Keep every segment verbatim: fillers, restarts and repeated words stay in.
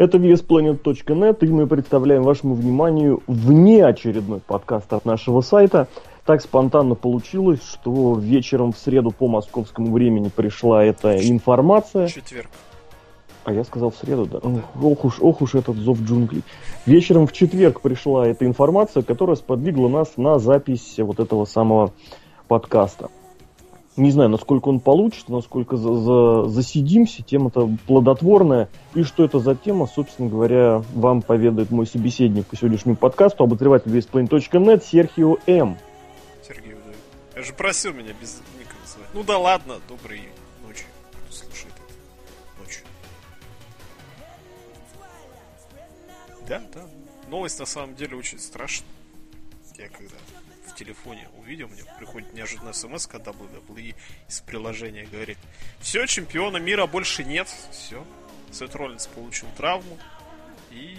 Это ви эс планет точка нет, и мы представляем вашему вниманию внеочередной подкаст от нашего сайта. Так спонтанно получилось, что вечером в среду по московскому времени пришла эта информация. Четверг. А я сказал в среду, да? да. Ох уж, ох уж этот зов джунглей. Вечером в четверг пришла эта информация, которая сподвигла нас на запись вот этого самого подкаста. Не знаю, насколько он получится, насколько за, за, засидимся. Тема-то плодотворная. И что это за тема, собственно говоря, вам поведает мой собеседник по сегодняшнему подкасту, обозреватель ви эс планет точка нет Серхио М. Сергей, да. Я же просил меня без ника называть. Ну да ладно, доброй ночи. Кто слушает это ночью. Да, да. Новость на самом деле очень страшная. Я когда в телефоне увидел, мне приходит неожиданная смс, когда дабл ю дабл ю и из приложения говорит: все, чемпиона мира больше нет. Все. Сет Роллинс получил травму и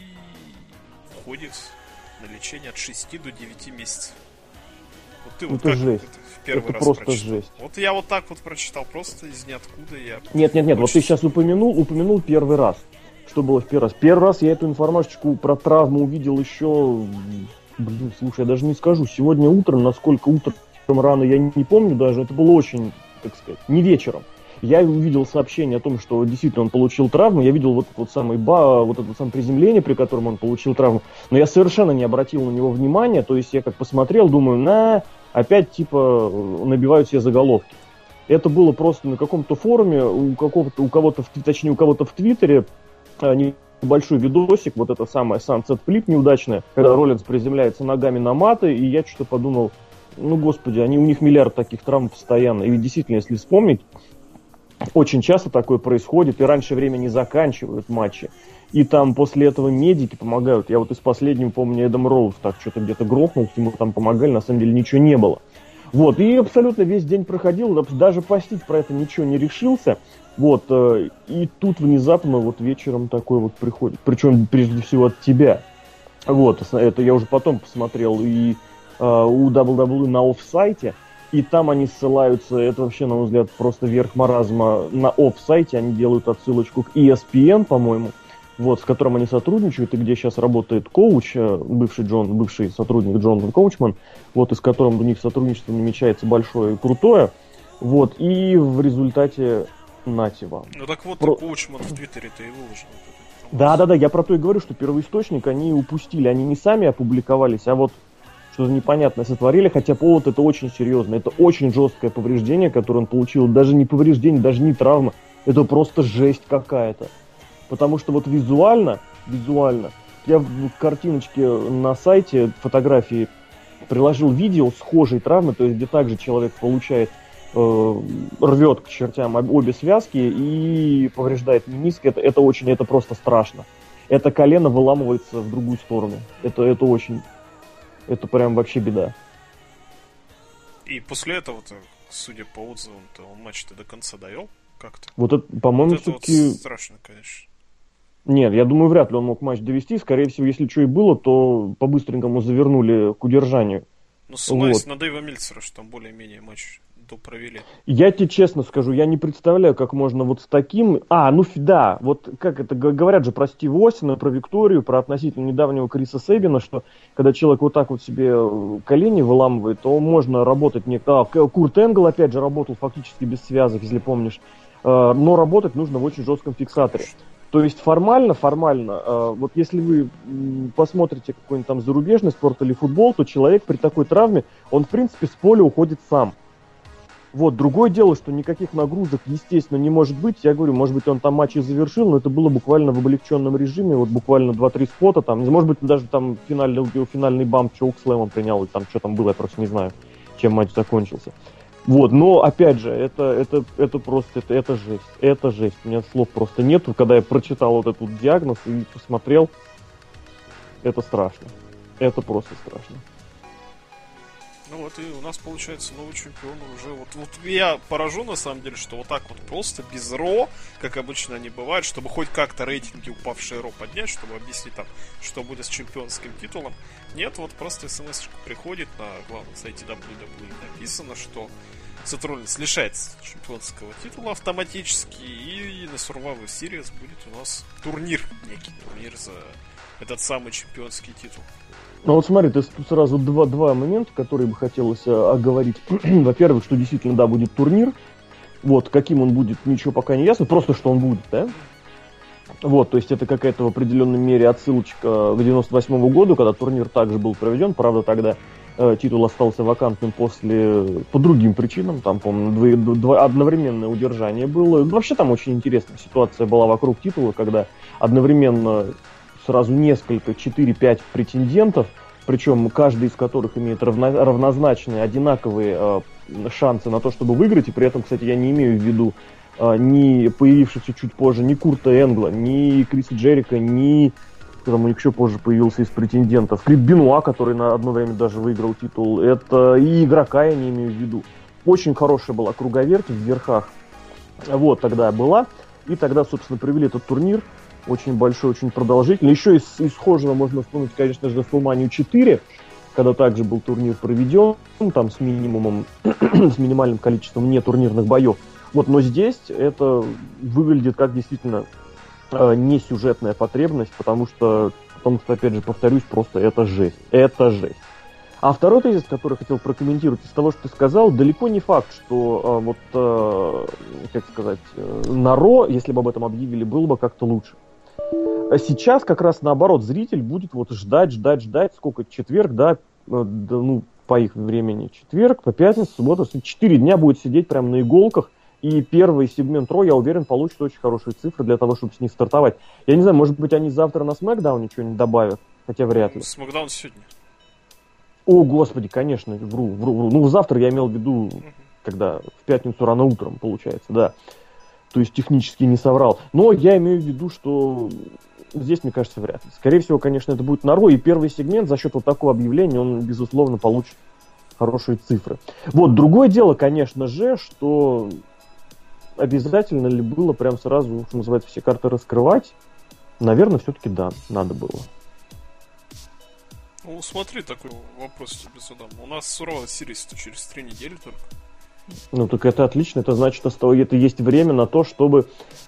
уходит на лечение от шести до девяти месяцев. Вот ты вот это как жесть. Это в первый это раз просто прочитал. Жесть. Вот я вот так вот прочитал, просто из ниоткуда я... Нет, нет, нет, вот ты сейчас упомянул, упомянул первый раз. Что было в первый раз? Первый раз я эту информашечку про травму увидел еще... Блин, слушай, я даже не скажу. Сегодня утром, насколько утром рано, я не помню даже. Это было очень, так сказать, не вечером. Я увидел сообщение о том, что действительно он получил травму. Я видел вот, вот, самый ба, вот это самое приземление, при котором он получил травму. Но я совершенно не обратил на него внимания. То есть я как посмотрел, думаю, на, опять типа набивают все заголовки. Это было просто на каком-то форуме, у, какого-то, у кого-то, в, точнее у кого-то в Твиттере, небольшой видосик, вот это самое Sunset Flip неудачное, когда Роллинс приземляется ногами на маты, и я что-то подумал, ну господи, они, у них миллиард таких травм постоянно. И ведь действительно, если вспомнить, очень часто такое происходит, и раньше времени заканчивают матчи. И там после этого медики помогают. Я вот из последнего помню, Эдам Роуз так что-то где-то грохнул, ему там помогали, на самом деле ничего не было. Вот, и абсолютно весь день проходил, даже постить про это ничего не решился. Вот, и тут внезапно вот вечером такой вот приходит. Причем прежде всего от тебя. Вот, это я уже потом посмотрел и uh, у дабл ю дабл ю и на офсайте. И там они ссылаются, это вообще, на мой взгляд, просто верх маразма. На офсайте они делают отсылочку к и эс пи эн, по-моему, вот, с которым они сотрудничают, и где сейчас работает коуч, бывший, Джон, бывший сотрудник Джон Коучман, вот, и с которым у них сотрудничество намечается большое и крутое. Вот, и в результате нате вам. Ну так вот, Про... Коучман в Твиттере-то и выложил. Да-да-да, я про то и говорю, что первоисточник они упустили, они не сами опубликовались, а вот что-то непонятное сотворили, хотя повод это очень серьезно, это очень жесткое повреждение, которое он получил, даже не повреждение, даже не травма, это просто жесть какая-то. Потому что вот визуально, визуально, я в картиночке на сайте, фотографии, приложил видео схожей травмы, то есть где также человек получает, э, рвет к чертям обе связки и повреждает мениск, это, это очень, это просто страшно. Это колено выламывается в другую сторону, это, это очень, это прям вообще беда. И после этого-то, судя по отзывам-то, он матч-то до конца довел как-то. Вот это, по-моему, вот это все-таки... вот страшно, конечно. Нет, я думаю, вряд ли он мог матч довести. Скорее всего, если что и было, то по-быстренькому завернули к удержанию. Ну, ссылаясь вот. на Дэйва Мельцера, что там более-менее матч допровели. Я тебе честно скажу, я не представляю, как можно вот с таким... А, ну да, вот как это говорят же про Стива Остина, про Викторию, про относительно недавнего Криса Сейбина, что когда человек вот так вот себе колени выламывает, то можно работать... Не... А, Курт Энгл, опять же, работал фактически без связок, если помнишь. Но работать нужно в очень жестком фиксаторе. То есть формально, формально, э, вот если вы м, посмотрите какой-нибудь там зарубежный спорт или футбол, то человек при такой травме, он в принципе с поля уходит сам. Вот, другое дело, что никаких нагрузок, естественно, не может быть. Я говорю, может быть, он там матч и завершил, но это было буквально в облегченном режиме, вот буквально два-три спота, там, может быть, даже там финальный, финальный бамп чоукслэмом принял, или там что там было, я просто не знаю, чем матч закончился. Вот, но опять же, это, это, это просто, это, это жесть, это жесть. У меня слов просто нету, когда я прочитал вот этот диагноз и посмотрел, это страшно, это просто страшно. Ну вот и у нас получается новый чемпион уже. Вот, вот я поражу на самом деле, что вот так вот просто без Ро, как обычно они бывают, чтобы хоть как-то рейтинги упавшие Ро поднять, чтобы объяснить там, что будет с чемпионским титулом. Нет, вот просто смс-очка приходит на главном сайте дабл ю дабл ю и, написано, что Сет-Роллинс лишается чемпионского титула автоматически, и на Survivor Series будет у нас турнир, некий турнир за этот самый чемпионский титул. Ну вот смотри, тут сразу два, два момента, которые бы хотелось а, оговорить. Во-первых, что действительно, да, будет турнир. Вот, каким он будет, ничего пока не ясно, просто что он будет, да? Вот, то есть это какая-то в определенной мере отсылочка к девяносто восьмому году, когда турнир также был проведен, правда, тогда э, титул остался вакантным после, по другим причинам, там, по-моему, дво, дво, одновременное удержание было. Вообще там очень интересная ситуация была вокруг титула, когда одновременно сразу несколько, четыре-пять претендентов, причем каждый из которых имеет равно, равнозначные, одинаковые э, шансы на то, чтобы выиграть, и при этом, кстати, я не имею в виду э, ни появившихся чуть позже ни Курта Энгла, ни Криса Джерика, ни, кто там еще позже появился из претендентов, Крит Бенуа, который на одно время даже выиграл титул, это и игрока я не имею в виду. Очень хорошая была круговерть в верхах, вот тогда была, и тогда, собственно, провели этот турнир, очень большой, очень продолжительный. Еще из, из схожего можно вспомнить, конечно же, WrestleMania четыре, когда также был турнир проведен, там с минимумом, с минимальным количеством нетурнирных боев. Вот, но здесь это выглядит как действительно э, не сюжетная потребность, потому что, потому что, опять же, повторюсь, просто это жесть. Это жесть. А второй тезис, который хотел прокомментировать из того, что ты сказал, далеко не факт, что э, вот, э, как сказать, э, на Ро, если бы об этом объявили, было бы как-то лучше. Сейчас как раз наоборот, зритель будет вот ждать, ждать, ждать, сколько, четверг, да, да, ну, по их времени, четверг, по пятницу, субботу, четыре дня будет сидеть прямо на иголках, и первый сегмент Ро, я уверен, получит очень хорошие цифры для того, чтобы с них стартовать. Я не знаю, может быть, они завтра на Смэкдауне что-нибудь добавят, хотя вряд ли. Смэкдаун сегодня. О, господи, конечно, вру, вру, вру. Ну, завтра я имел в виду, когда в пятницу рано утром, получается, да. То есть технически не соврал. Но я имею в виду, что здесь, мне кажется, вряд ли. Скорее всего, конечно, это будет на Ро, и первый сегмент за счет вот такого объявления, он, безусловно, получит хорошие цифры. Вот, другое дело, конечно же, что обязательно ли было прям сразу, что называется, все карты раскрывать? Наверное, все-таки да, надо было. Ну, смотри, такой вопрос тебе задам. У нас Survivor Series-то через три недели только. Ну, так это отлично, это значит, что это есть время на то, чтобы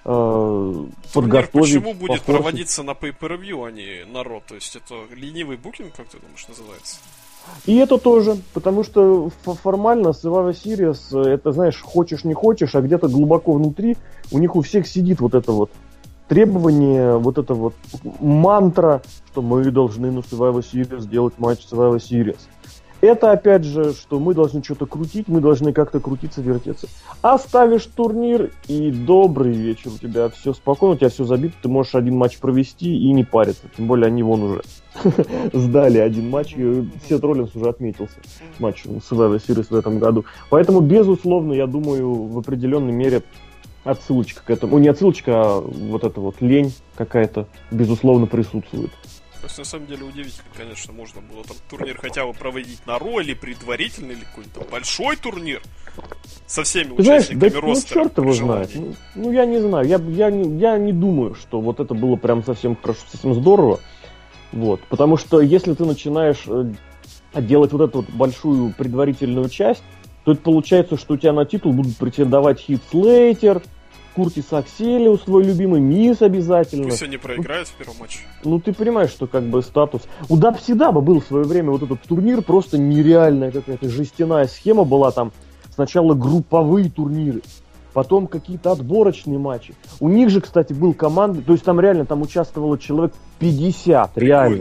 э, подготовить... Почему будет похоже... проводиться на pay-per-view, а не на Ро? То есть это ленивый букинг, как ты думаешь, называется? И это тоже, потому что формально Survivor Series, это, знаешь, хочешь не хочешь, а где-то глубоко внутри у них у всех сидит вот это вот требование, вот это вот мантра, что мы должны на Survivor Series сделать матч Survivor Series. Это, опять же, что мы должны что-то крутить, мы должны как-то крутиться, вертеться. А ставишь турнир, и добрый вечер, у тебя все спокойно, у тебя все забито, ты можешь один матч провести и не париться. Тем более они вон уже сдали один матч, и Сет Роллинс уже отметился матчем Survivor Series в этом году. Поэтому, безусловно, я думаю, в определенной мере отсылочка к этому. Не отсылочка, а вот эта вот лень какая-то, безусловно, присутствует. То есть, на самом деле, удивительно, конечно, можно было там турнир хотя бы проводить на Ро, или предварительный, или какой-то там большой турнир со всеми Ты участниками знаешь, да, ростера. Ну, черт его знает. Ну, ну, я не знаю. Я, я, не, я не думаю, что вот это было прям совсем хорошо, совсем здорово. Вот. Потому что если ты начинаешь э, делать вот эту вот большую предварительную часть, то это получается, что у тебя на титул будут претендовать Хит Слейтер, Куртис Акселиус, твой любимый, Мисс обязательно. Пусть они проиграют ну, в первом матче. Ну, ты понимаешь, что как бы статус... У Дабсидаба был в свое время вот этот турнир, просто нереальная какая-то жестяная схема была там. Сначала групповые турниры, потом какие-то отборочные матчи. У них же, кстати, был команда, то есть там реально там участвовало человек пятьдесят, прикольно. Реально.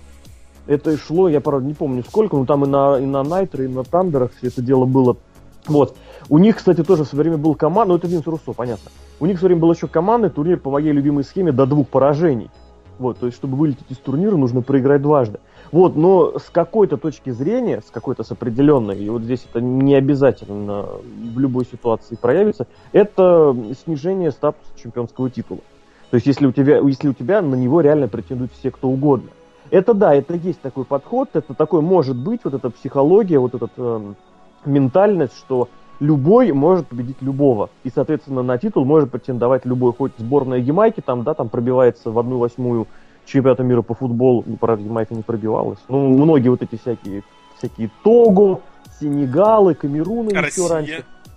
Это и шло, я, правда, не помню сколько, но там и на, и на Найтро, и на Тандерах все это дело было. Вот. У них, кстати, тоже в свое время был команда, ну это Винс Руссо, понятно. У них в свое время был еще командный турнир по моей любимой схеме до двух поражений. Вот, то есть, чтобы вылететь из турнира, нужно проиграть дважды. Вот, но с какой-то точки зрения, с какой-то с определенной, и вот здесь это не обязательно в любой ситуации проявится, это снижение статуса чемпионского титула. То есть, если у тебя, если у тебя на него реально претендуют все, кто угодно. Это да, это есть такой подход, это такой может быть, вот эта психология, вот эта э, ментальность, что любой может победить любого. И, соответственно, на титул может претендовать любой. Хоть сборная Ямайки там, да, там пробивается в одну восьмую чемпионата мира по футболу. Ну, правда, Ямайка не пробивалась. Ну, многие вот эти всякие, всякие Того, Сенегалы, Камеруны еще раньше.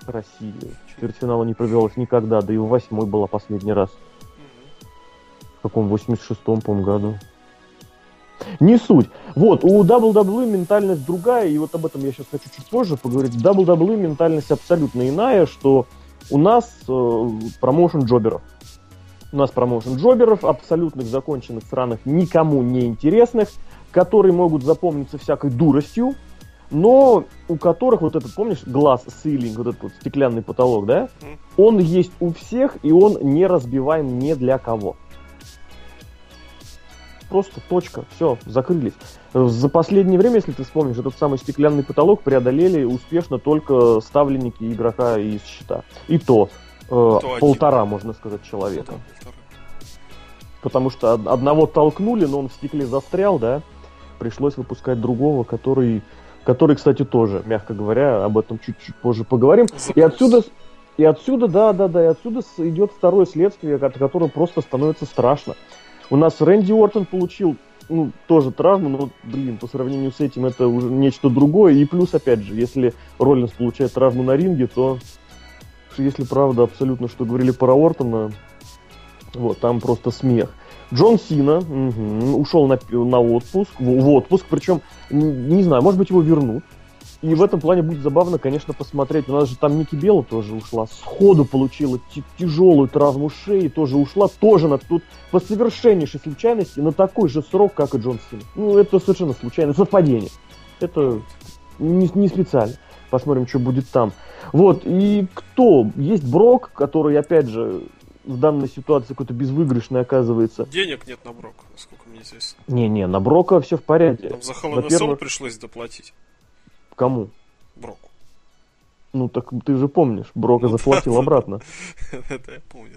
России в четвертьфинала не пробивалась никогда, да и в восьмой была последний раз. В каком восемьдесят шестом, по-моему, году. Не суть. Вот, у дабл ю дабл ю и ментальность другая, и вот об этом я сейчас хочу чуть позже поговорить. В дабл ю дабл ю и ментальность абсолютно иная, что у нас э, промоушен джоберов. У нас промоушен джоберов, абсолютных законченных сраных, никому не интересных, которые могут запомниться всякой дуростью, но у которых вот этот, помнишь, глаз, силинг, вот этот вот стеклянный потолок, да? Он есть у всех, и он не разбиваем ни для кого. Просто точка, все, закрылись. За последнее время, если ты вспомнишь, этот самый стеклянный потолок преодолели успешно только ставленники игрока из щита. И то, э, полтора, можно сказать, человека. Потому что одного толкнули, но он в стекле застрял, да, пришлось выпускать другого, который, который, кстати, тоже, мягко говоря, об этом чуть-чуть позже поговорим. И отсюда, и отсюда, да, да, да, и отсюда идет второе следствие, от которого просто становится страшно. У нас Рэнди Ортон получил, ну, тоже травму, но, блин, по сравнению с этим это уже нечто другое. И плюс, опять же, если Роллинс получает травму на ринге, то, если правда абсолютно, что говорили про Ортона, вот, там просто смех. Джон Сина угу, ушел на, на отпуск, в, в отпуск, причем, не, не знаю, может быть, его вернут. И в этом плане будет забавно, конечно, посмотреть. У нас же там Ники Белла тоже ушла. Сходу получила т- тяжелую травму шеи, тоже ушла. Тоже на, тут по совершеннейшей случайности на такой же срок, как и Джон Сина. Ну, это совершенно случайно, совпадение. Это не, не специально. Посмотрим, что будет там. Вот, и кто? Есть Брок, который, опять же, в данной ситуации какой-то безвыигрышный оказывается. Денег нет на Брока, насколько мне известно. Не-не, на Брока все в порядке. Там за Hell in a Cell пришлось доплатить. Кому? Броку. Ну так ты же помнишь, Брока ну, заплатил да, обратно. Это я помню,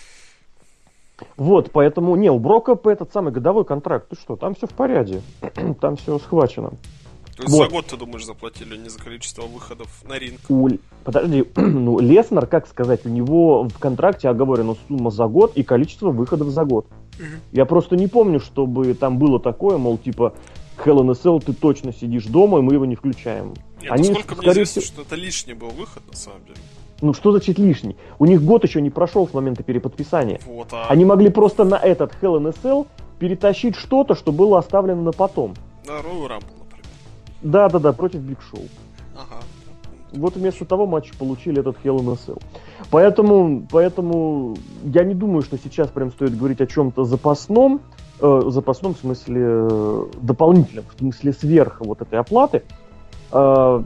да. Вот, поэтому, не, у Брока этот самый годовой контракт, ты что, там все в порядке, там все схвачено. То есть вот. За год, ты думаешь, заплатили не за количество выходов на ринг? У... Подожди, ну, Леснер, как сказать, у него в контракте оговорена сумма за год и количество выходов за год. Угу. Я просто не помню, чтобы там было такое, мол, типа, Hell in a Cell ты точно сидишь дома, и мы его не включаем. Нет, Они, насколько скорее мне известно, всего... что это лишний был выход, на самом деле. Ну, что значит лишний? У них год еще не прошел с момента переподписания. Вот, а... Они могли просто на этот Hell in a Cell перетащить что-то, что было оставлено на потом. На Royal Rumble, например. Да-да-да, против Биг Шоу. Ага. Вот вместо того матча получили этот Hell in a Cell. Поэтому, поэтому я не думаю, что сейчас прям стоит говорить о чем-то запасном, э, запасном в смысле э, дополнительном, в смысле сверх вот этой оплаты. Э,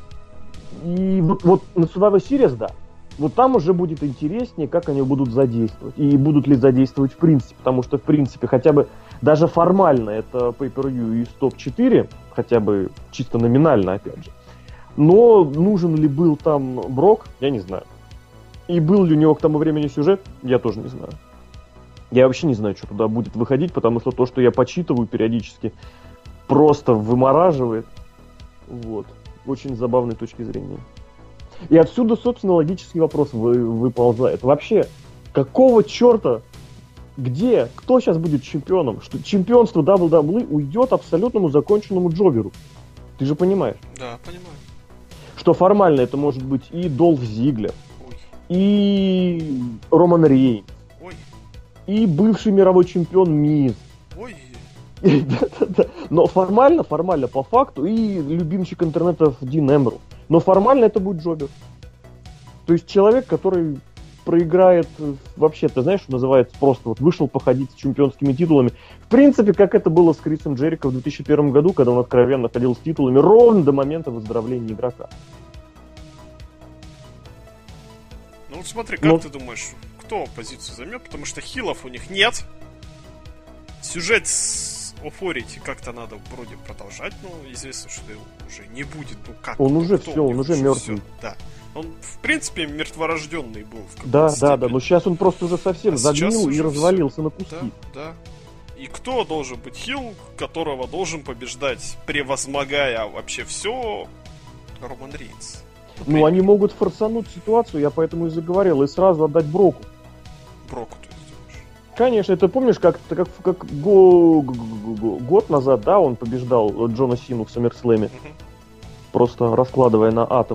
и вот, вот на Survivor Series, да, вот там уже будет интереснее, как они будут задействовать. И будут ли задействовать в принципе, потому что в принципе хотя бы даже формально это Pay-Per-View из топ четыре, хотя бы чисто номинально, опять же. Но нужен ли был там Брок, я не знаю. И был ли у него к тому времени сюжет, я тоже не знаю. Я вообще не знаю, что туда будет выходить, потому что то, что я почитываю периодически, просто вымораживает. Вот. Очень забавной точки зрения. И отсюда, собственно, логический вопрос вы, выползает. Вообще, какого черта, где, кто сейчас будет чемпионом? Что чемпионство дабл ю дабл ю и уйдет абсолютному законченному джоберу. Ты же понимаешь? Да, понимаю. Что формально это может быть и Долф Зиглер, Ой. и Роман Рейнс, Ой. и бывший мировой чемпион Миз. Ой. Да-да-да. Но формально, формально, по факту, и любимчик интернета Дин Эмброуз. Но формально это будет джобер. То есть человек, который проиграет, вообще, ты знаешь, что называется, просто вот вышел походить с чемпионскими титулами. В принципе, как это было с Крисом Джерико в две тысячи первом году, когда он откровенно ходил с титулами ровно до момента выздоровления игрока. Ну вот смотри, как Но... ты думаешь, кто позицию займет? Потому что хилов у них нет. Сюжет с Authority как-то надо вроде продолжать, но известно, что его уже не будет. Ну как? Он уже все, он уже мертвый. Все. Да. Он, в принципе, мертворожденный был. В да, степени. да, да, но сейчас он просто уже совсем а загнил и развалился все. На куски. Да, да. И кто должен быть хил, которого должен побеждать, превозмогая вообще все, Роман Рейнс. Ну, они могут форсануть ситуацию, я поэтому и заговорил, и сразу отдать Броку. Броку, ты думаешь? Конечно, ты помнишь, как, как, как го, го, го, год назад, да, он побеждал Джона Сину в Саммерслэме, угу. Просто раскладывая на атомы.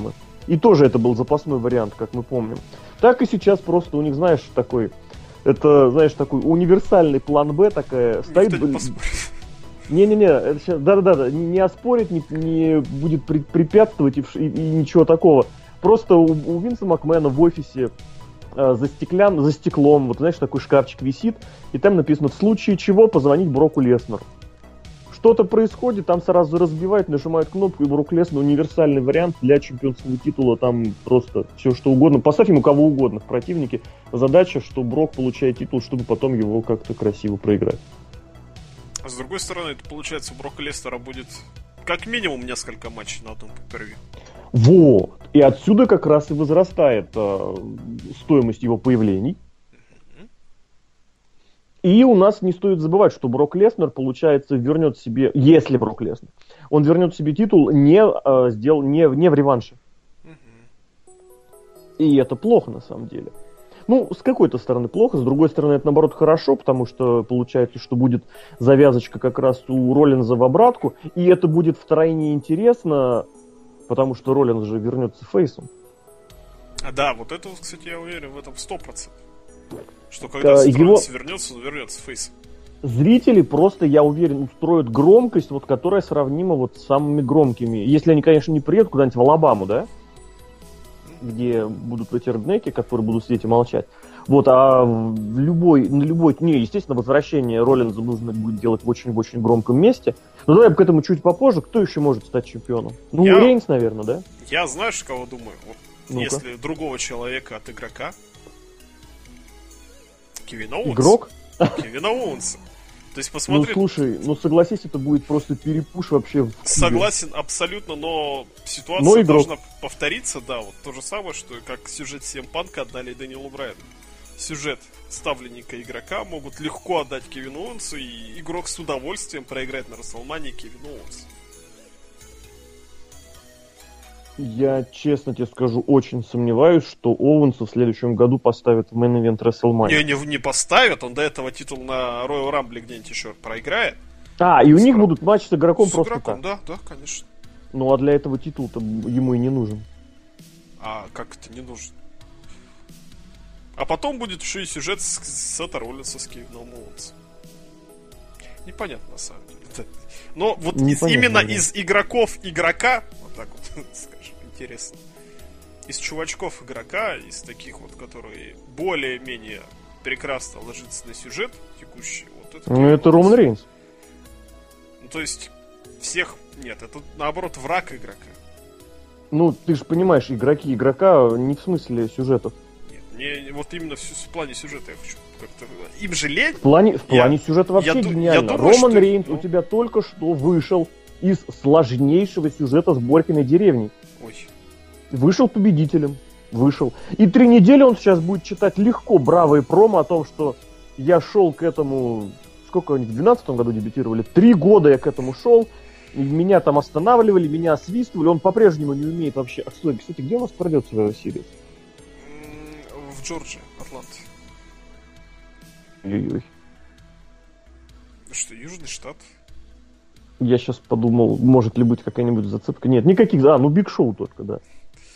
И тоже это был запасной вариант, как мы помним. Так и сейчас просто у них, знаешь, такой... Это, знаешь, такой универсальный план Б такая. Стоит... Не-не-не, да-да-да, не оспорить, не, не будет при, препятствовать и, и, и ничего такого. Просто у, у Винса Макмена в офисе э, за, стеклян, за стеклом, вот знаешь, такой шкафчик висит, и там написано: в случае чего позвонить Броку Леснеру. Что-то происходит, там сразу разбивают, нажимают кнопку, и Брок Леснер универсальный вариант для чемпионского титула, там просто все что угодно. Поставь ему кого угодно в противнике. Задача, что Брок получает титул, чтобы потом его как-то красиво проиграть. А с другой стороны, это получается, у Брока Леснера будет как минимум несколько матчей на одном пейпервью. Вот. И отсюда как раз и возрастает э, стоимость его появлений. Mm-hmm. И у нас не стоит забывать, что Брок Леснер, получается, вернет себе, если Брок Леснер, он вернет себе титул не, э, сделал, не, не в реванше. Mm-hmm. И это плохо на самом деле. Ну, с какой-то стороны плохо, с другой стороны это наоборот хорошо, потому что получается, что будет завязочка как раз у Роллинза в обратку, и это будет втройне интересно, потому что Роллинз же вернется фейсом. А да, вот это, кстати, я уверен в этом сто процентов. Что когда Сет его... Роллинз вернется, он вернется фейсом. Зрители просто, я уверен, устроят громкость, вот, которая сравнима вот с самыми громкими. Если они, конечно, не приедут куда-нибудь в Алабаму, да? Где будут эти реднеки, которые будут сидеть и молчать. Вот, а в любой, на любой, не, естественно, возвращение Роллинза нужно будет делать в очень-очень громком месте. Но давай к этому чуть попозже. Кто еще может стать чемпионом? Ну, я, Рейнс, наверное, да? Я, знаешь, кого думаю? Вот, если другого человека от игрока. Кевина Оуэнса. Игрок? Кевина Оуэнса. То есть, посмотри... Ну, слушай, ну согласись, это будет просто перепуш вообще в... Согласен, абсолютно, но ситуация но должна повториться, да, вот то же самое, что как сюжет си эм Панка отдали Дэниелу Брайану. Сюжет ставленника игрока могут легко отдать Кевину Оуэнсу, и игрок с удовольствием проиграет на Расселмании Кевину Оуэнсу. Я, честно тебе скажу, очень сомневаюсь, что Оуэнса в следующем году поставят в мейн-ивент WrestleMania. Не, не, не поставят, он до этого титул на Royal Rumble где-нибудь еще проиграет. А, и у с них игрок... будут матчи с игроком с просто игроком, так? Да, да, конечно. Ну, а для этого титул-то ему и не нужен. А как это не нужен? А потом будет еще и сюжет с Сета Роллинса с Кевином Оуэнсом. Непонятно, на самом деле. Но вот из, именно да. из игроков игрока, вот так вот скажем, интересно, из чувачков игрока, из таких вот, которые более-менее прекрасно ложится на сюжет текущий, вот это... Ну, это Роман Рейнс. Ну, то есть, всех... Нет, это, наоборот, враг игрока. Ну, ты же понимаешь, игроки игрока не в смысле сюжетов. Нет, не, вот именно в, в плане сюжета я хочу как-то... Им же лень... В плане, в плане я, сюжета вообще я, гениально. Я думаю, Роман что... Рейнс ну... у тебя только что вышел из сложнейшего сюжета с Борькиной деревней. Ой. Вышел победителем. Вышел. И три недели он сейчас будет читать легко бравые промо о том, что я шел к этому... Сколько они в двенадцатом году дебютировали? Три года я к этому шел. И меня там останавливали, меня освистывали. Он по-прежнему не умеет вообще... А, стой, кстати, где у нас пройдет Survivor Series? В Джорджии, Атланта. Ой-ой. Что, Южный штат? Я сейчас подумал, может ли быть какая-нибудь зацепка. Нет, никаких. А, ну Биг Шоу только, да.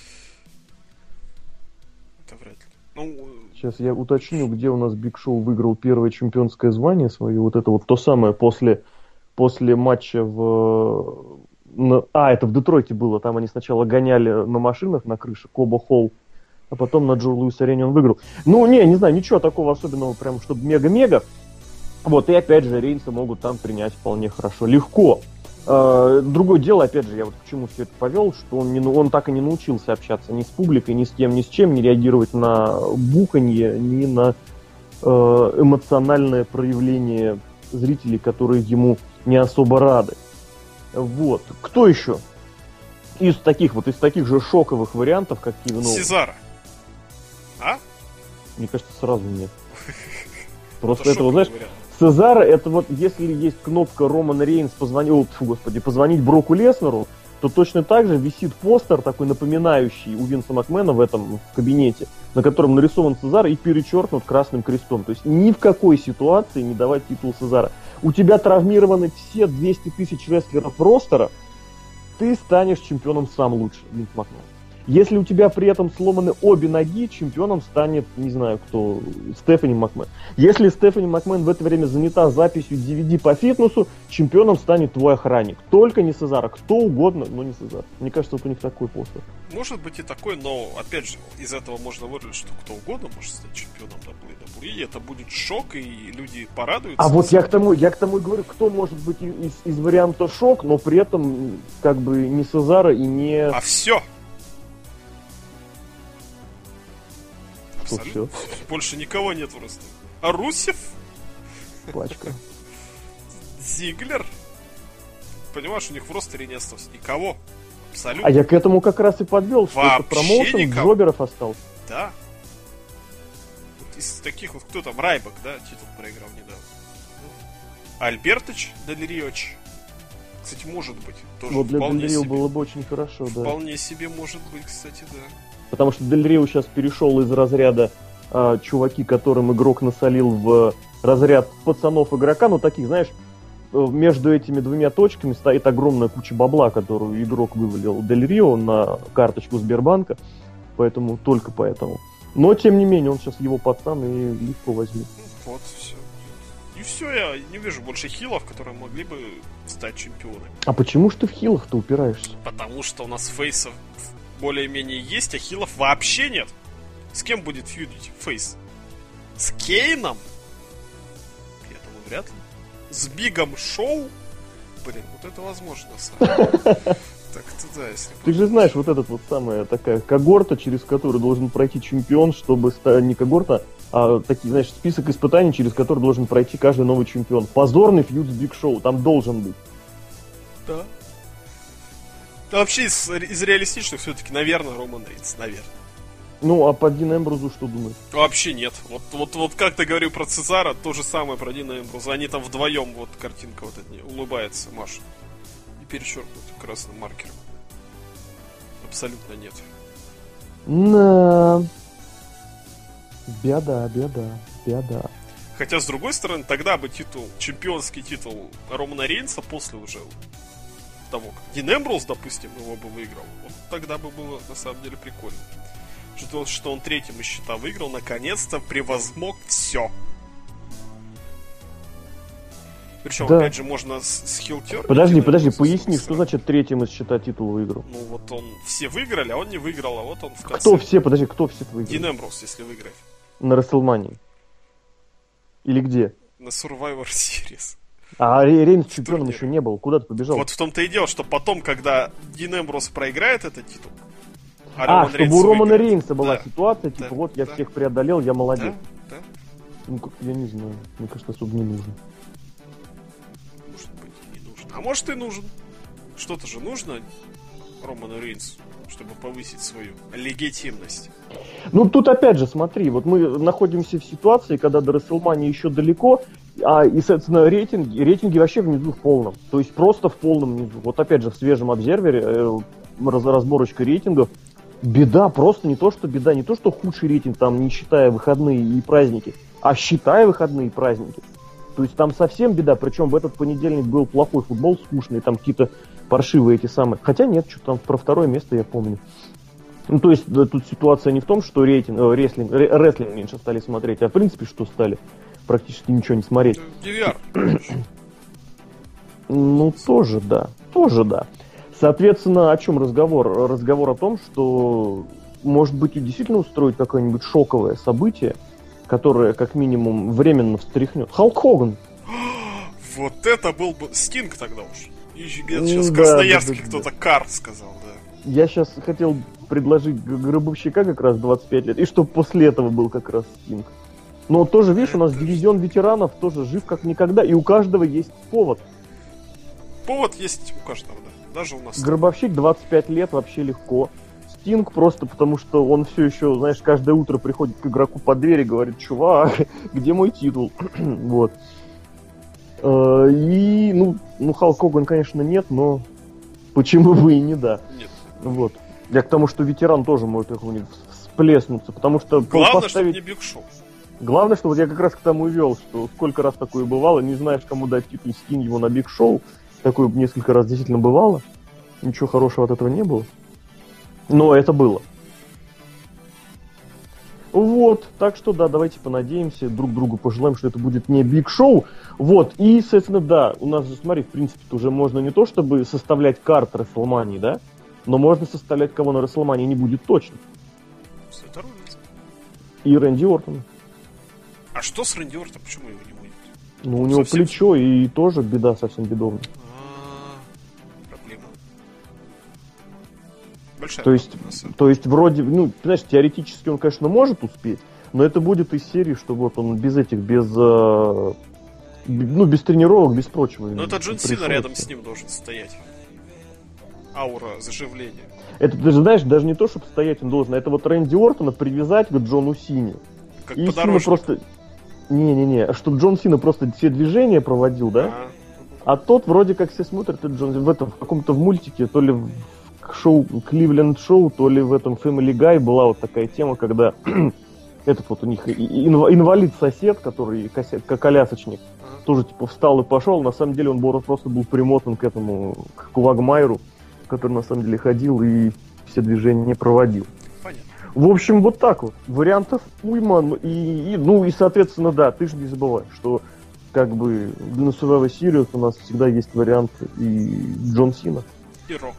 Это вряд ли. Ну... Сейчас я уточню, где у нас Биг Шоу выиграл первое чемпионское звание свое. Вот это вот то самое после, после матча в... А, это в Детройте было. Там они сначала гоняли на машинах на крыше, Коба Холл. А потом на Джо Луис Арене он выиграл. Ну, не, не знаю, ничего такого особенного, прям, чтобы мега-мега. Вот, и опять же, Рейнса могут там принять вполне хорошо. Легко. Э, другое дело, опять же, я вот к чему все это повел, что он, не, он так и не научился общаться ни с публикой, ни с кем, ни с чем, не реагировать на буханье, ни на э, эмоциональное проявление зрителей, которые ему не особо рады. Вот. Кто еще? Из таких вот, из таких же шоковых вариантов, как Кевин Оуэнс. Сезара. А? Мне кажется, сразу нет. Просто это, вот, знаешь, Сезара, это вот, если есть кнопка Роман Рейнс позвонить, о, фу, господи, позвонить Броку Леснеру, то точно так же висит постер, такой напоминающий у Винса Макмена в этом в кабинете, на котором нарисован Сезар и перечеркнут красным крестом. То есть ни в какой ситуации не давать титул Сезара. У тебя травмированы все двести тысяч рестлеров ростера, ты станешь чемпионом сам лучше, Винс Макмен. Если у тебя при этом сломаны обе ноги, чемпионом станет, не знаю кто, Стефани Макмен. Если Стефани Макмен в это время занята записью ди ви ди по фитнесу, чемпионом станет твой охранник. Только не Сезара. Кто угодно, но не Сезар. Мне кажется, вот у них такой постер. Может быть и такой, но, опять же, из этого можно вырвать, что кто угодно может стать чемпионом дабл ю дабл ю и. Это будет шок, и люди порадуются. А вот я к тому, я к тому и говорю, кто может быть из, из варианта шок, но при этом как бы не Сезара и не... А все! Все. Больше никого нет просто. А Русев? Пачка. Зиглер? Понимаешь, у них в ростере не осталось никого. Абсолютно. А я к этому как раз и подвел, что это промоушен Джоберов остался. Да. Вот из таких вот, кто там, Райбак, да, титул проиграл недавно. Альбертыч, Дель Риоч. Кстати, может быть. Тоже вот для Дель Рио себе. Было бы очень хорошо, да. Вполне себе может быть, кстати, да. Потому что Дель Рио сейчас перешел из разряда э, чуваки, которым игрок насолил, в разряд пацанов игрока. Ну, таких, знаешь, между этими двумя точками стоит огромная куча бабла, которую игрок вывалил Дель Рио на карточку Сбербанка. Поэтому, только поэтому. Но, тем не менее, он сейчас его пацан и легко возьмет. Вот, все. И все, я не вижу больше хилов, которые могли бы стать чемпионами. А почему ж ты в хилах-то упираешься? Потому что у нас фейсов более-менее есть, а хилов вообще нет. С кем будет фьюдить фейс? С Кейном? Я думаю, вряд ли. С Бигом Шоу? Блин, вот это возможно, так-то да, если... Ты же знаешь, вот этот вот самая такая когорта, через которую должен пройти чемпион, чтобы стать не когорта, а такие, знаешь, список испытаний, через который должен пройти каждый новый чемпион. Позорный фьюд с Биг Шоу, там должен быть. Да. Да вообще из, из реалистичных все-таки, наверное, Роман Рейнс, наверное. Ну, а по Дину Эмброзу что думаешь? Вообще нет. Вот, вот, вот как ты говорил про Цезара, то же самое про Дина Эмброза. Они там вдвоем, вот картинка вот от нее, улыбается Маша. И перечеркнут красным маркером. Абсолютно нет. На. Беда, беда, беда. Хотя, с другой стороны, тогда бы титул, чемпионский титул Романа Рейнса после уже того, как Дин Эмброуз, допустим, его бы выиграл, вот тогда бы было на самом деле прикольно. Что, что он третьим из счета выиграл, наконец-то превозмог все. Причем, да. опять же, можно с, с хилтер... Подожди, подожди, поясни, что значит третьим из счета титул выиграл? Ну вот он, все выиграли, а он не выиграл, а вот он в конце... Кто все, подожди, кто все выиграл? Дин Эмброуз, если выиграет. На Расселмании. Или где? На Survivor Series. А Рейнс чемпионом еще не был. Куда ты побежал? Вот в том-то и дело, что потом, когда Дин Эмброуз проиграет этот титул, а, а Роман чтобы Рейнс у Романа выиграет. Рейнса была да. ситуация, типа, да. вот я да. всех преодолел, я молодец. Да. Да. Ну, как я не знаю. Мне кажется, особо не нужно. Может быть, не нужно. А может и нужен. Что-то же нужно Роману Рейнсу, чтобы повысить свою легитимность. Ну, тут опять же, смотри, вот мы находимся в ситуации, когда до Расселмании еще далеко, а, и, соответственно, рейтинги, рейтинги вообще внизу в полном. То есть просто в полном внизу. Вот опять же, в свежем обзервере э, раз, разборочка рейтингов. Беда, просто не то, что беда, не то, что худший рейтинг, там, не считая выходные и праздники, а считая выходные и праздники. То есть там совсем беда, причем в этот понедельник был плохой футбол, скучный, там какие-то паршивые эти самые. Хотя нет, что там про второе место я помню. Ну, то есть да, тут ситуация не в том, что рейтинг, э, рестлинг, рестлинг меньше стали смотреть, а в принципе, что стали практически ничего не смотреть. ди ви ар. Ну, тоже да, тоже да. Соответственно, о чем разговор? Разговор о том, что, может быть, и действительно устроить какое-нибудь шоковое событие, которое, как минимум, временно встряхнет. Халк Хоган. Вот это был бы Стинг тогда уж. И сейчас в Красноярске да, да, кто-то да. Кар сказал, да. Я сейчас хотел предложить Гробовщика как раз двадцать пять лет, и чтобы после этого был как раз Стинг. Но тоже, видишь, у нас дивизион ветеранов тоже жив как никогда, и у каждого есть повод. Повод есть у каждого, да. Даже у нас. Гробовщик двадцать пять лет вообще легко. Стинг просто потому, что он все еще, знаешь, каждое утро приходит к игроку под дверь и говорит: чувак, где мой титул? Вот. И, ну, ну, Халк Хоган, конечно, нет, но почему бы и не да. Нет. Вот. Я к тому, что ветеран тоже может как-нибудь всплеснуться, потому что... Главное, поставить... чтобы не Биг Шоу. Главное, что вот я как раз к тому и вел, что сколько раз такое бывало, не знаешь, кому дать титул, скинь его на Биг Шоу. Такое несколько раз действительно бывало. Ничего хорошего от этого не было. Но это было. Вот, так что да, давайте понадеемся, друг другу пожелаем, что это будет не биг шоу. Вот, и, соответственно, да, у нас же, смотри, в принципе, уже можно не то, чтобы составлять карты Расселмании, да, но можно составлять, кого на Расселмании не будет точно. Сет Роллинс. И Рэнди Ортона. А что с Рэнди Ортом? Почему его не будет? Ну, у него совсем... плечо, и тоже беда совсем бедовная. А-а-а, проблема. Большая то есть, проблема, то есть, вроде, ну, знаешь, теоретически он, конечно, может успеть, но это будет из серии, что вот он без этих, без, э, ну, без тренировок, без прочего. Но это Джон Сина рядом с ним должен стоять. Аура заживления. Это, ты же знаешь, даже не то, чтобы стоять он должен, это вот Рэнди Ортона привязать к Джону Сине. Как и Сина просто... Не-не-не, чтобы Джон Сина просто все движения проводил, да? А, а тот вроде как все смотрят, это Джон в этом, в каком-то в мультике, то ли в шоу Кливленд Шоу, то ли в этом Family Guy была вот такая тема, когда этот вот у них инвалид-сосед, который колясочник, тоже типа встал и пошел, на самом деле он просто был примотан к этому, к Квагмайру, который на самом деле ходил и все движения не проводил. Понятно. В общем, вот так вот. Вариантов уйма. И, и, ну и, соответственно, да, ты же не забывай, что как бы для Survivor Series у нас всегда есть вариант и Джон Сина. И Рок.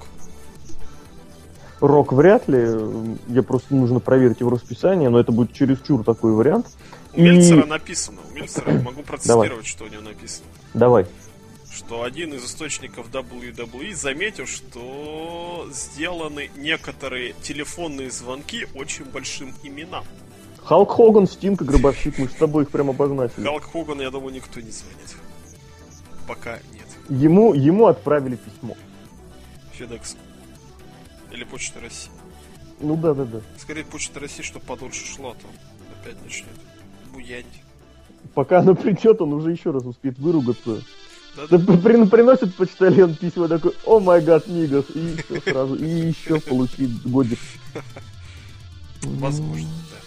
Рок вряд ли. Я просто нужно проверить его расписание, но это будет чересчур такой вариант. У Мельцера и... написано. У Мельцера могу процитировать, Давай. Что у него написано. Давай. Что один из источников дабл ю дабл ю и заметил, что сделаны некоторые телефонные звонки очень большим именам. Халк Хоган, Стинг и Гробовщик, мы с тобой их прям обозначили. Халк Хоган, я думаю, никто не звонит. Пока нет. Ему, ему отправили письмо. FedEx. Или Почта России. Ну да, да, да. Скорее Почта России, чтобы подольше шло, а то опять начнет буянить. Пока она придет, он уже еще раз успеет выругаться. Да, да. При, приносит почтальон письмо такой, о май гад, нигас, и все сразу, и еще получит годик. Возможно, да.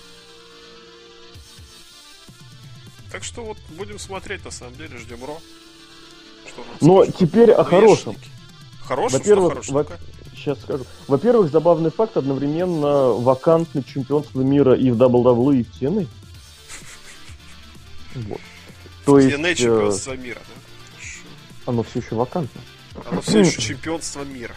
Так что вот будем смотреть, на самом деле, ждем Ро. Но теперь о хорошем. Хорошем? Во-первых, во- сейчас скажу. Во-первых, забавный факт, одновременно вакантное чемпионство мира и в дабл ю дабл ю и, и в ти эн эй. Вот. То в есть, ти эн эй чемпионство мира, да? Оно все еще вакантно. Оно все еще чемпионство мира.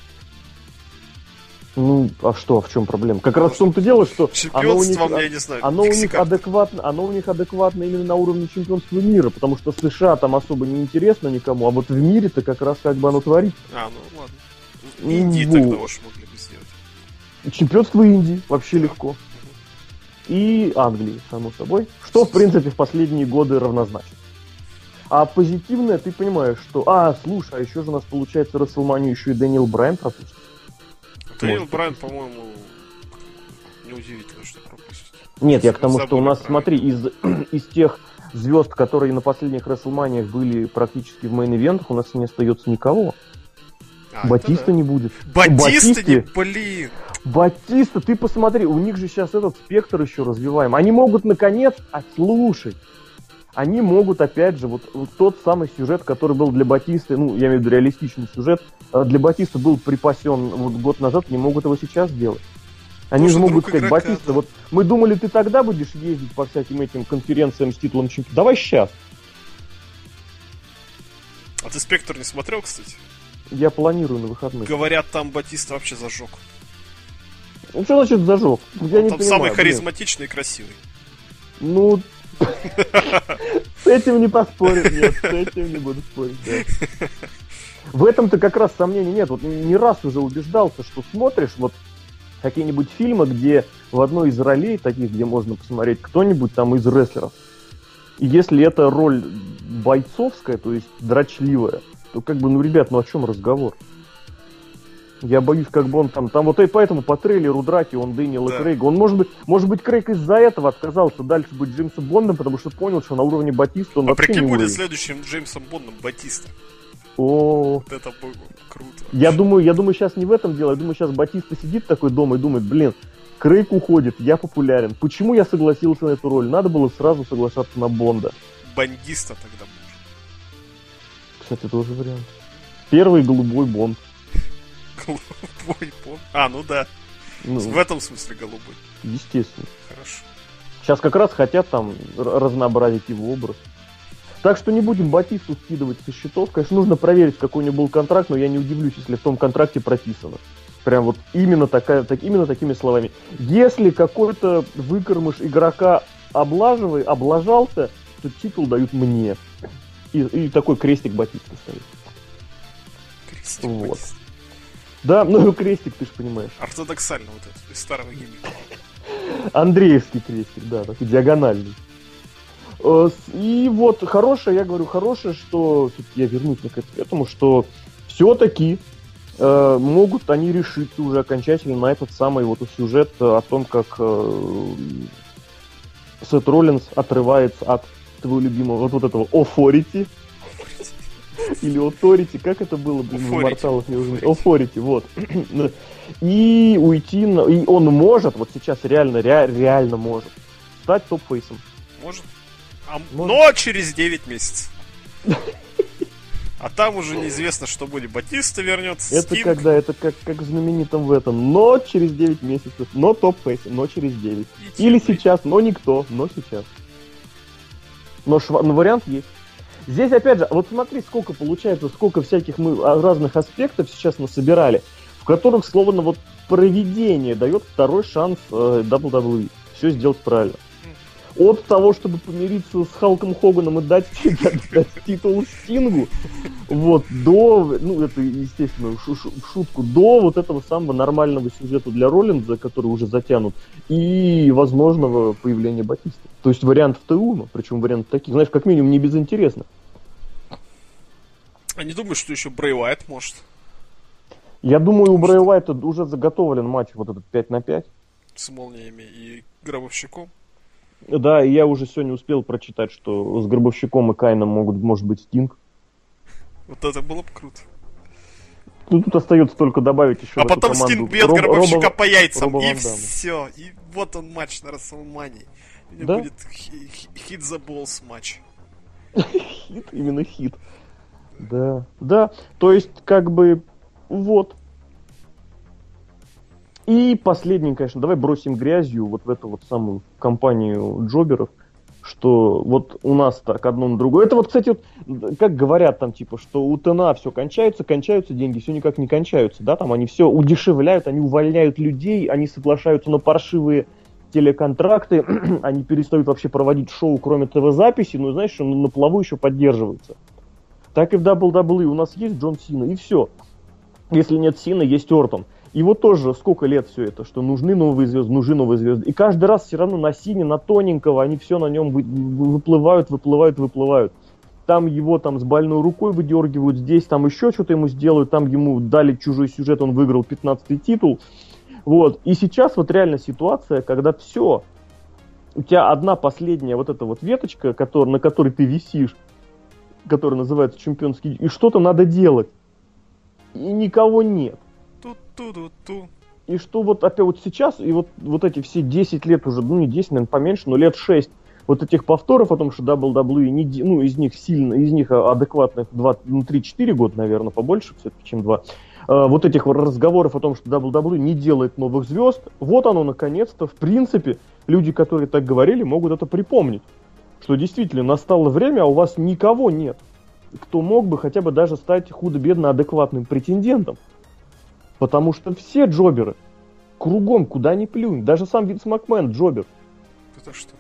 Ну, а что, а в чем проблема? Как раз в том-то дело, что оно у них, я не знаю, оно у них адекватно, оно у них адекватно именно на уровне чемпионства мира, потому что США там особо не интересно никому, а вот в мире-то как раз как бы оно творится. А, ну ладно. Индии ну, тогда уж могли бы сделать. Чемпионство Индии вообще легко. И Англии, само собой. Что, в принципе, в последние годы равнозначно. А позитивное, ты понимаешь, что... А, слушай, а еще же у нас получается Расселманию еще и Дэниел Брайан пропустит. Дэниел Брайан, по-моему, неудивительно, что пропустит. Нет, я к тому, что у нас, смотри, из, из тех звезд, которые на последних Расселманиях были практически в мейн-ивентах, у нас не остается никого. А, Батиста да. не будет. Батиста не, блин! Батиста, ты посмотри, у них же сейчас этот спектр еще развиваем. Они могут, наконец, отслушать. Они могут, опять же, вот, вот тот самый сюжет, который был для Батисты, ну, я имею в виду реалистичный сюжет, для Батисты был припасен вот год назад, не могут его сейчас сделать. Они же могут сказать, игрока, Батиста, да. вот мы думали, ты тогда будешь ездить по всяким этим конференциям с титулом чемпиона. Давай сейчас. А ты Спектр не смотрел, кстати? Я планирую на выходных. Говорят, там Батиста вообще зажег. Ну, что значит зажег? Я Он не там понимаю, самый харизматичный и красивый. Ну, с этим не поспорить, нет, с этим не буду спорить, да. В этом-то как раз сомнений нет. Вот не раз уже убеждался, что смотришь вот какие-нибудь фильмы, где в одной из ролей таких, где можно посмотреть кто-нибудь там из рестлеров, и если это роль бойцовская, то есть дрочливая, то как бы, ну, ребят, ну о чем разговор? Я боюсь, как бы он там... Там вот и поэтому по трейлеру драки он Дэниела да. Крейга. Он, может быть, может быть, Крейг из-за этого отказался дальше быть Джеймсом Бондом, потому что понял, что на уровне Батиста он а вообще прикинь, не будет уровень. Следующим Джеймсом Бондом Батиста. О, вот это было круто. Я думаю, я думаю, сейчас не в этом дело. Я думаю, сейчас Батиста сидит такой дома и думает, блин, Крейг уходит, я популярен. Почему я согласился на эту роль? Надо было сразу соглашаться на Бонда. Бандиста тогда будет. Кстати, тоже вариант. Первый голубой Бонд. Голубой Бонд. А, ну да. Ну, в этом смысле голубой. Естественно. Хорошо. Сейчас как раз хотят там разнообразить его образ. Так что не будем Батисту скидывать со счетов. Конечно, нужно проверить, какой у него был контракт, но я не удивлюсь, если в том контракте прописано. Прям вот именно, такая, так, именно такими словами. Если какой-то выкормыш игрока облаживай, облажался, то титул дают мне. И, и такой крестик Батиста стоит. Крестик вот. Батиста. Да, ну крестик, ты же понимаешь. Ортодоксально вот это, из старого гиммика. Андреевский крестик, да, такой диагональный. И вот хорошее, я говорю, хорошее, что я вернусь к этому, что все-таки э, могут они решиться уже окончательно на этот самый вот сюжет о том, как э, Сет Роллинс отрывается от твоего любимого вот, вот этого Authority. Или Authority, как это было, блин, в Морталах, я уже не... Authority, вот. И уйти, на... и он может, вот сейчас реально, ре... реально может стать топ-фейсом. Может. А... Но через девять месяцев. А там уже неизвестно, что будет. Батиста вернется. Это Стинг. когда, это как, как в знаменитом в этом. Но через девять месяцев, но топ-фейсом, но через девять. Или сейчас, но никто, но сейчас. Но, шва... но вариант есть. Здесь, опять же, вот смотри, сколько получается, сколько всяких мы разных аспектов сейчас насобирали, в которых, словно, вот провидение дает второй шанс э, дабл ю дабл ю и. Все сделать правильно. От того, чтобы помириться с Халком Хоганом и дать, дать, дать титул Стингу, вот, до, ну, это, естественно, шу- шу- шутку, до вот этого самого нормального сюжета для Роллинза, который уже затянут, и возможного появления Батисты. То есть вариантов ТУ, причем варианты таких, знаешь, как минимум не безинтересно. А не думаешь, что еще Брэй Уайт может? Я думаю, у Брэя Уайта уже заготовлен матч вот этот пять на пять. С молниями и гробовщиком? Да, и я уже сегодня успел прочитать, что с Гробовщиком и Кайном могут, может быть Стинг. Вот это было бы круто. Ну, тут остается только добавить еще а в эту потом команду Стинг бьет Роб, Гробовщика Роба, по яйцам, Роба и Ван Дамма. все. И вот он матч на Расселмании. У Да? будет хит за болс матч. Хит, именно хит. Да, да, то есть, как бы, вот. И последний, конечно, давай бросим грязью вот в эту вот самую компанию джоберов, что вот у нас так одно на другое. Это вот, кстати, вот, как говорят там, типа, что у ТНА все кончается, кончаются деньги, все никак не кончаются, да, там они все удешевляют, они увольняют людей, они соглашаются на паршивые телеконтракты, они перестают вообще проводить шоу, кроме ТВ-записи, но, знаешь, на плаву еще поддерживаются. Так и в дабл ю дабл ю и у нас есть Джон Сина, и все. Если нет Сина, есть Ортон. И вот тоже сколько лет все это, что нужны новые звезды, нужны новые звезды. И каждый раз все равно на Сине, на тоненького, они все на нем вы, выплывают, выплывают, выплывают. Там его там с больной рукой выдергивают, здесь там еще что-то ему сделают, там ему дали чужой сюжет, он выиграл пятнадцатый титул. Вот. И сейчас вот реально ситуация, когда все, у тебя одна последняя вот эта вот веточка, который, на которой ты висишь, которая называется чемпионский, и что-то надо делать. И никого нет. Ту-ту-ту-ту. И что вот опять вот сейчас, и вот, вот эти все десять лет уже, ну не десять, наверное, поменьше, но лет шесть, вот этих повторов о том, что дабл ю дабл ю и, не, ну из них сильно, из них адекватных два, ну, три-четыре года, наверное, побольше все-таки, чем два, э, вот этих разговоров о том, что дабл ю дабл ю не делает новых звезд, вот оно наконец-то, в принципе, люди, которые так говорили, могут это припомнить, что действительно настало время, а у вас никого нет, кто мог бы хотя бы даже стать худо-бедно адекватным претендентом. Потому что все джоберы, кругом, куда ни плюнь, даже сам Винс Макмен джобер. Это что?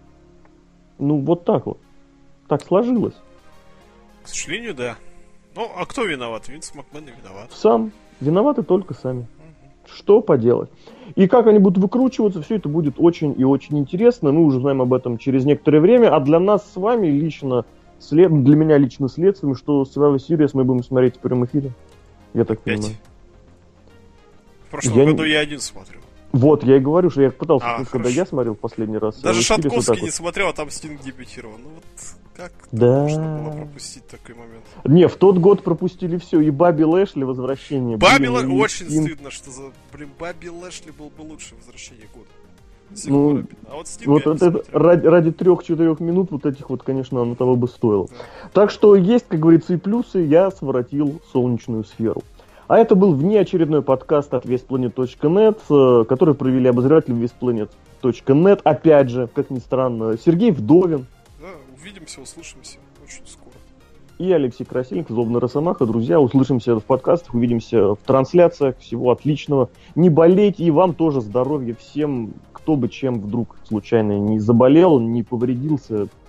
Ну, вот так вот. Так сложилось. К сожалению, да. Ну, а кто виноват? Винс Макмен не виноват. Сам. Виноваты только сами. Угу. Что поделать? И как они будут выкручиваться, все это будет очень и очень интересно. Мы уже знаем об этом через некоторое время. А для нас с вами лично, след... для меня лично следствием, что Survivor Series мы будем смотреть в прямом эфире. Я так Пять? понимаю. В прошлом я году не... я один смотрел. Вот, я и говорю, что я пытался, А, когда хорошо. я смотрел в последний раз. Даже Шатковский вот не смотрел, а там Стинг дебютировал. Ну вот как да. можно было пропустить такой момент? Не, в тот год пропустили все. И Бобби Лэшли возвращение. Бобби Лэшли очень Стинг. стыдно, что за... Блин, Бобби Лэшли был бы лучшее возвращение года. Ну, а вот Стинг вот я это, не это, ради, ради трех-четырех минут вот этих вот, конечно, оно того бы стоило. Да. Так что есть, как говорится, и плюсы. Я своротил солнечную сферу. А это был внеочередной подкаст от вестпланет точка нет, который провели обозреватели вестпланет точка нет. Опять же, как ни странно, Сергей Вдовин. Да, увидимся, услышимся очень скоро. И Алексей Красильников, Злобный Росомаха. Друзья, услышимся в подкастах, увидимся в трансляциях. Всего отличного. Не болейте, и вам тоже здоровья всем, кто бы чем вдруг случайно не заболел, не повредился.